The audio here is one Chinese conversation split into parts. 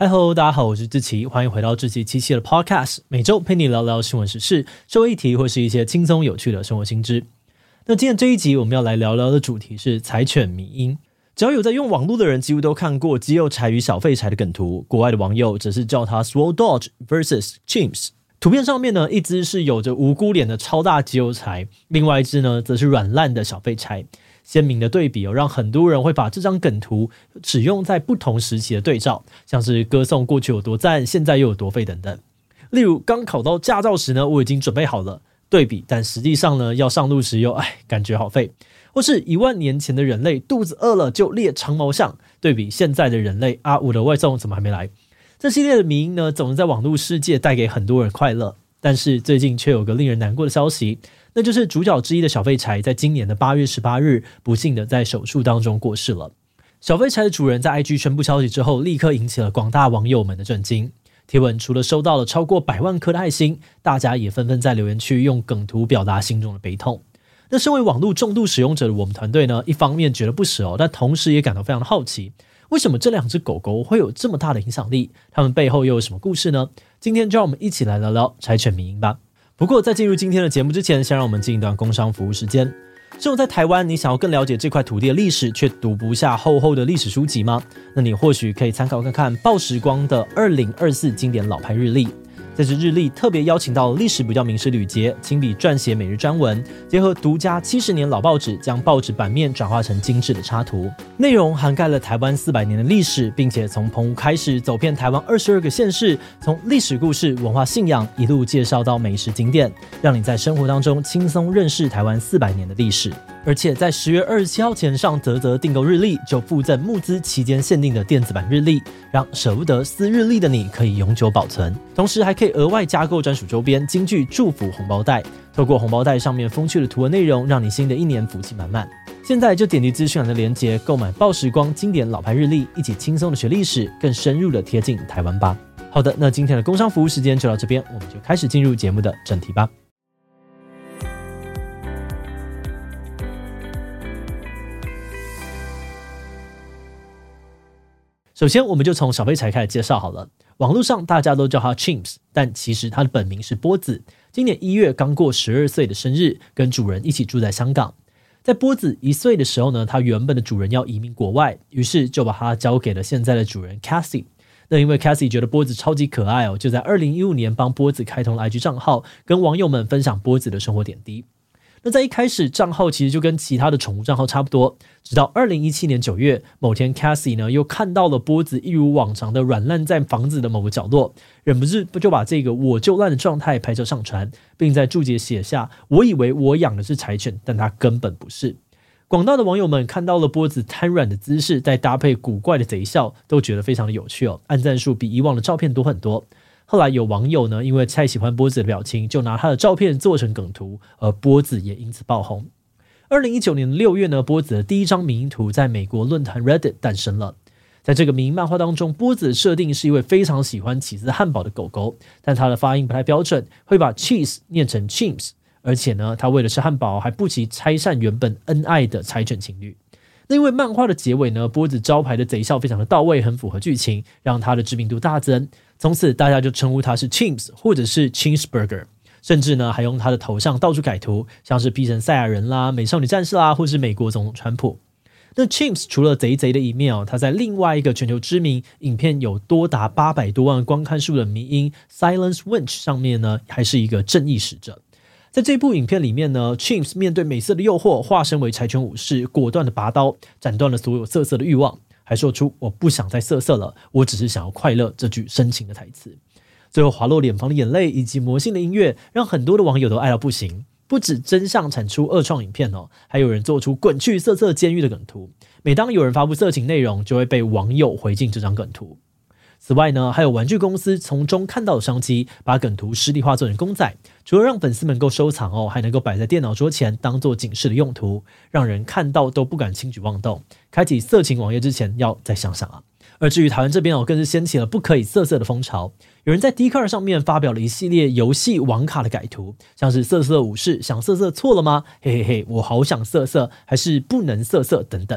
嗨吼，大家好，我是志祺，欢迎回到志祺七七的 Podcast， 每周陪你聊聊新闻时事、社会议题或是一些轻松有趣的生活新知。那今天这一集我们要来聊聊的主题是柴犬迷因。只要有在用网络的人几乎都看过极有柴与小废柴的梗图，国外的网友则是叫它 Swole Dog vs Chimps。图片上面呢，一只是有着无辜脸的超大极有柴，另外一只呢则是软烂的小废柴。鲜明的对比让很多人会把这张梗图使用在不同时期的对照，像是歌颂过去有多赞，现在又有多废等等。例如刚考到驾照时呢，我已经准备好了，对比，但实际上呢，要上路时又感觉好废。或是10000年前的人类肚子饿了就猎长毛象，对比现在的人类我的外送怎么还没来？这系列的迷因呢，总是在网络世界带给很多人快乐，但是最近却有个令人难过的消息，那就是主角之一的小废柴在今年的8月18日不幸的在手术当中过世了。小废柴的主人在 IG 宣布消息之后，立刻引起了广大网友们的震惊。贴文除了收到了超过100万颗的爱心，大家也纷纷在留言区用梗图表达心中的悲痛。那身为网络重度使用者的我们团队呢，一方面觉得不舍但同时也感到非常的好奇，为什么这2只狗狗会有这么大的影响力？它们背后又有什么故事呢？今天就让我们一起来聊聊柴犬迷因吧。不过在进入今天的节目之前，先让我们进一段工商服务时间。生活在台湾，你想要更了解这块土地的历史，却读不下厚厚的历史书籍吗？那你或许可以参考看看报时光的2024经典老派日历。这支日历特别邀请到历史补教名师吕杰亲笔撰写每日专文，结合独家70年老报纸，将报纸版面转化成精致的插图，内容涵盖了台湾400年的历史，并且从澎湖开始走遍台湾22个县市，从历史故事、文化信仰一路介绍到美食景点，让你在生活当中轻松认识台湾400年的历史。而且在10月27号前上嘖订购日历，就附赠募资期间限定的电子版日历，让舍不得撕日历的你可以永久保存。同时还可以额外加购专属周边金句祝福红包袋，透过红包袋上面风趣的图文内容，让你新的一年福气满满。现在就点击资讯栏的连结，购买报时光经典老牌日历，一起轻松的学历史，更深入的贴近台湾吧。好的，那今天的工商服务时间就到这边，我们就开始进入节目的正题吧。首先我们就从小废柴开始介绍好了。网络上大家都叫他 Chimps， 但其实他的本名是波子，今年1月刚过12岁的生日，跟主人一起住在香港。在波子1岁的时候呢，他原本的主人要移民国外，于是就把他交给了现在的主人 Cassie。 那因为 Cassie 觉得波子超级可爱就在2015年帮波子开通了 IG 账号，跟网友们分享波子的生活点滴。那在一开始账号其实就跟其他的宠物账号差不多，直到2017年9月，某天 Cassie 呢又看到了波子一如往常的软烂在房子的某个角落，忍不住就把这个我就烂的状态拍照上传，并在注解写下我以为我养的是柴犬，但它根本不是。广大的网友们看到了波子瘫软的姿势，再搭配古怪的贼笑，都觉得非常的有趣按赞数比以往的照片多很多。后来有网友呢，因为太喜欢波子的表情，就拿他的照片做成梗图，而波子也因此爆红。2019年6月呢，波子的第一张迷因图在美国论坛 Reddit 诞生了。在这个迷因漫画当中，波子的设定是一位非常喜欢起司汉堡的狗狗，但它的发音不太标准，会把 cheese 念成 chimps， 而且呢，他为了吃汉堡还不惜拆散原本恩爱的柴犬情侣。那因为漫画的结尾呢，波子招牌的贼笑非常的到位，很符合剧情，让他的知名度大增。从此大家就称呼他是 Chimps 或者是 Chimsburger， 甚至呢还用他的头像到处改图，像是 P 成赛亚人啦、美少女战士啦，或是美国总统川普。那 Chimps 除了贼的一面他在另外一个全球知名影片有多达800多万观看数的迷因 Silence Winch 上面呢，还是一个正义使者。在这部影片里面呢， Chimps 面对美色的诱惑，化身为柴犬武士，果断的拔刀斩断了所有色的欲望，还说出我不想再色了，我只是想要快乐这句深情的台词。最后滑落脸庞的眼泪以及魔性的音乐，让很多的网友都爱到不行。不止真相产出恶创影片还有人做出滚去色监狱的梗图。每当有人发布色情内容，就会被网友回敬这张梗图。此外呢，还有玩具公司从中看到的商机，把梗图实体化做成公仔，除了让粉丝们够收藏还能够摆在电脑桌前当做警示的用途，让人看到都不敢轻举妄动。开启色情网页之前要再想想啊。而至于台湾这边更是掀起了不可以色的风潮，有人在 Dcard 上面发表了一系列游戏网卡的改图，像是色武士想色错了吗？嘿嘿嘿，我好想色还是不能色等等。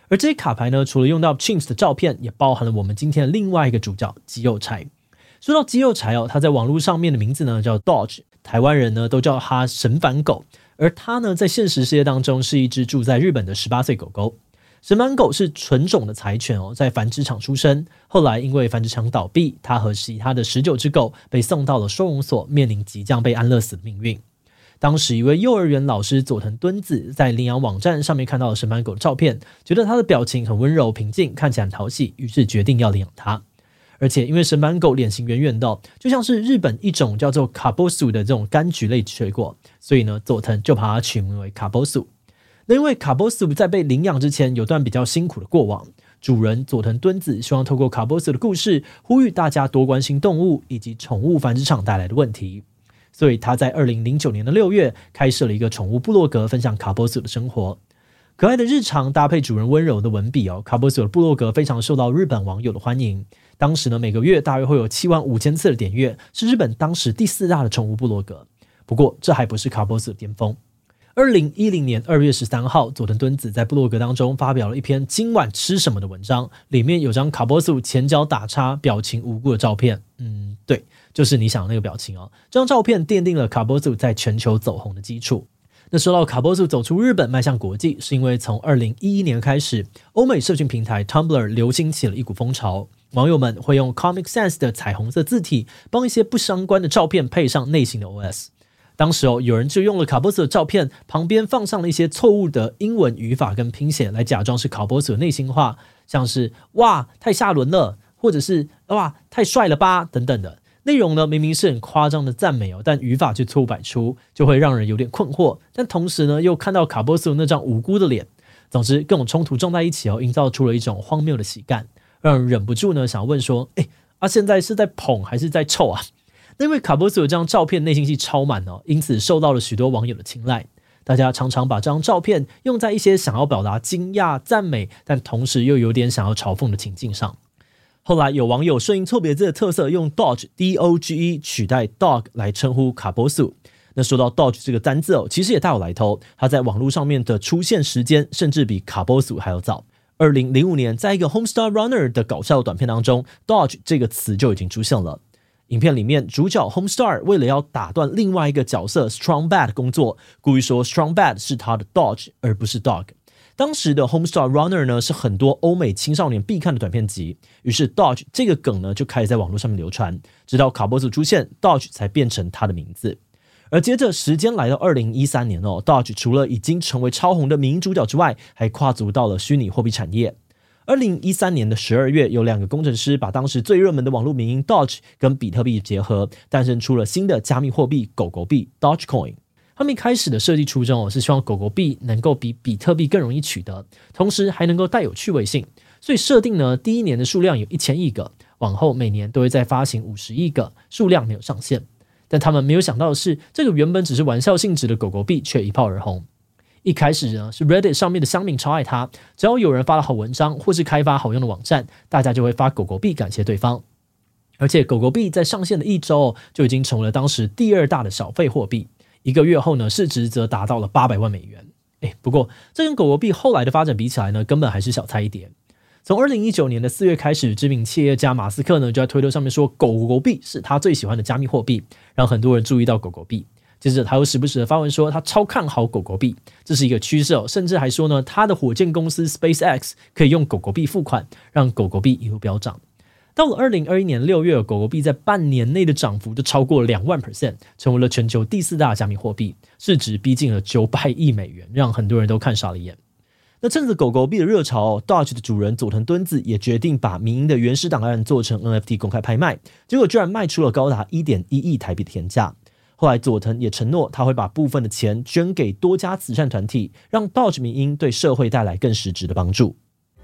而这些卡牌呢，除了用到 Chimps 的照片，也包含了我们今天的另外一个主角肌肉柴。说到肌肉柴哦，它在网络上面的名字呢叫 Dodge， 台湾人呢都叫它神反狗，而它呢在现实世界当中是一只住在日本的18岁狗狗。神反狗是纯种的柴犬哦，在繁殖场出生，后来因为繁殖场倒闭，它和其他的19只狗被送到了收容所，面临即将被安乐死的命运。当时一位幼儿园老师佐藤敦子在领养网站上面看到了神反狗的照片，觉得它的表情很温柔平静，看起来很讨喜，于是决定要领养它。而且因为神反狗脸型圆圆的，就像是日本一种叫做卡波苏的这种柑橘类水果，所以呢，佐藤就把它取名为卡波苏。那因为卡波苏在被领养之前有段比较辛苦的过往，主人佐藤敦子希望透过卡波苏的故事，呼吁大家多关心动物以及宠物繁殖场带来的问题。所以他在2009年的6月开设了一个宠物部落格，分享卡波苏的生活。可爱的日常搭配主人温柔的文笔哦，卡波苏的部落格非常受到日本网友的欢迎。当时呢，每个月大约会有75000次的点阅，是日本当时第4大的宠物部落格。不过这还不是卡波苏的巅峰。2010年2月13号，佐藤敦子在部落格当中发表了一篇今晚吃什么的文章，里面有张卡波苏前脚打叉表情无辜的照片。对，就是你想的那个表情哦。这张照片奠定了卡波苏在全球走红的基础。那说到卡波苏走出日本迈向国际，是因为从2011年开始，欧美社群平台 Tumblr 流行起了一股风潮，网友们会用 Comic Sans 的彩虹色字体帮一些不相关的照片配上内心的 OS。当时有人就用了卡波苏的照片，旁边放上了一些错误的英文语法跟拼写，来假装是卡波苏的内心话，像是哇太下轮了，或者是哇太帅了吧等等的。内容呢明明是很夸张的赞美哦，但语法却错误百出，就会让人有点困惑。但同时呢，又看到卡波苏那张无辜的脸。总之，各种冲突撞在一起哦，营造出了一种荒谬的喜感，让人忍不住呢想要问说：现在是在捧还是在臭啊？那因为卡波苏有这张照片内心戏超满哦，因此受到了许多网友的青睐。大家常常把这张照片用在一些想要表达惊讶、赞美，但同时又有点想要嘲讽的情境上。后来有网友顺应错别字的特色，用 Doge D-O-G-E 取代 Dog 来称呼卡波苏。那说到 Doge 这个单字哦，其实也大有来头，它在网络上面的出现时间甚至比卡波苏还要早。2005年，在一个 Homestar Runner 的搞笑短片当中 ，Doge 这个词就已经出现了。影片里面主角 Homestar 为了要打断另外一个角色 Strong Bad 工作，故意说 Strong Bad 是他的 Dodge 而不是 Dog。当时的 Homestar Runner 呢是很多欧美青少年必看的短片集，于是 Dodge 这个梗呢就开始在网络上面流传，直到卡波苏出现 ，Dodge 才变成他的名字。而接着时间来到2013年哦 ，Dodge 除了已经成为超红的名主角之外，还跨足到了虚拟货币产业。2013年的12月，有2个工程师把当时最热门的网络名音 Dodge 跟比特币结合，诞生出了新的加密货币狗狗币 Dogecoin。他们一开始的设计初衷是希望狗狗币能够比比特币更容易取得，同时还能够带有趣味性，所以设定呢，第一年的数量有1000亿个，往后每年都会再发行50亿个，数量没有上限。但他们没有想到的是，这个原本只是玩笑性质的狗狗币却一炮而红。一开始呢，是 Reddit 上面的乡民超爱它，只要有人发了好文章或是开发好用的网站，大家就会发狗狗币感谢对方。而且狗狗币在上线的1周就已经成为了当时第2大的小费货币，1个月后呢，市值则达到了800万美元。不过这跟狗狗币后来的发展比起来呢，根本还是小菜一碟。从2019年的4月开始，知名企业家马斯克呢就在推特上面说，狗狗币是他最喜欢的加密货币，让很多人注意到狗狗币。接着他又时不时的发文说他超看好狗狗币，这是一个趋势哦，甚至还说呢，他的火箭公司 SpaceX 可以用狗狗币付款，让狗狗币一路飙涨。到了2021年6月，狗狗币在半年内的涨幅就超过2万%，成为了全球第4大加密货币，市值逼近了900亿美元，让很多人都看傻了眼。那趁着狗狗币的热潮，Dodge 的主人佐藤敦子也决定把民营的原始档案做成 NFT 公开拍卖，结果居然卖出了高达 1.1 亿台币的天价。后来佐藤也承诺他会把部分的钱捐给多家慈善团体，让 Dodge 民营对社会带来更实质的帮助。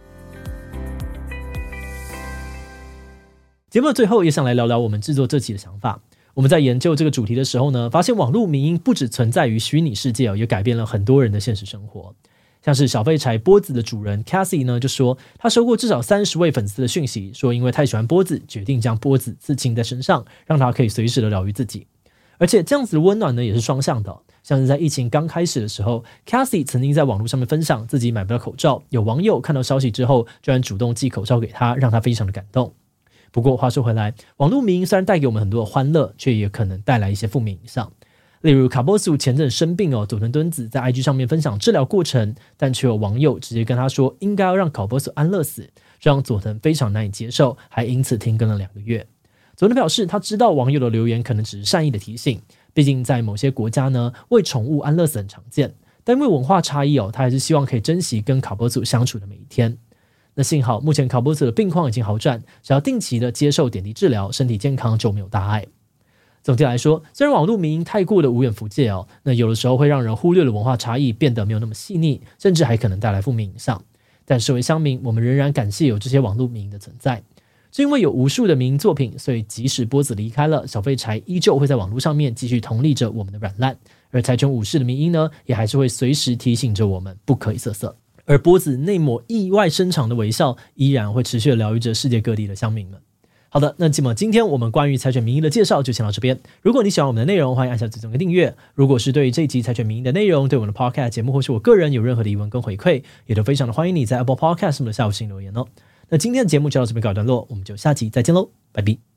节目的最后也想来聊聊我们制作这期的想法。我们在研究这个主题的时候呢，发现网络民音不只存在于虚拟世界，也改变了很多人的现实生活。像是小废柴波子的主人 Cassie 呢，就说他收过至少30位粉丝的讯息，说因为太喜欢波子，决定将波子刺青在身上，让他可以随时的疗愈自己。而且这样子的温暖呢，也是双向的。 像是在疫情刚开始的时候 Cassie 曾经在网络上面分享自己买不到口罩，有网友看到消息之后居然主动寄口罩给他，让他非常的感动。不过话说回来，网络迷因虽然带给我们很多的欢乐，却也可能带来一些负面影响。例如卡波苏前阵生病佐藤敦子在 IG 上面分享治疗过程，但却有网友直接跟他说应该要让卡波苏安乐死，这让佐藤非常难以接受，还因此停更了2个月。佐藤表示他知道网友的留言可能只是善意的提醒，毕竟在某些国家呢，为宠物安乐死很常见，但因为文化差异他还是希望可以珍惜跟卡波苏相处的每一天。那幸好目前卡波苏的病况已经好转，只要定期的接受点滴治疗，身体健康就没有大碍。总体来说，虽然网络迷因太过的无远弗届那有的时候会让人忽略了文化差异，变得没有那么细腻，甚至还可能带来负面影响。但身为乡民，我们仍然感谢有这些网络迷因的存在。正因为有无数的迷因作品，所以即使波子离开了，小废柴依旧会在网络上面继续同理着我们的软烂。而柴犬武士的迷因呢，也还是会随时提醒着我们不可以色色。而波子那抹意外深长的微笑，依然会持续的疗愈着世界各地的乡民们。好的，那今天我们关于柴犬迷因的介绍就先到这边。如果你喜欢我们的内容，欢迎按下追踪跟订阅。如果是对于这一集柴犬迷因的内容，对我们的 Podcast 节目或是我个人有任何的疑问跟回馈，也都非常的欢迎你在 Apple Podcast 上的下午新留言那今天的节目就到这边告一段落，我们就下期再见喽，拜拜。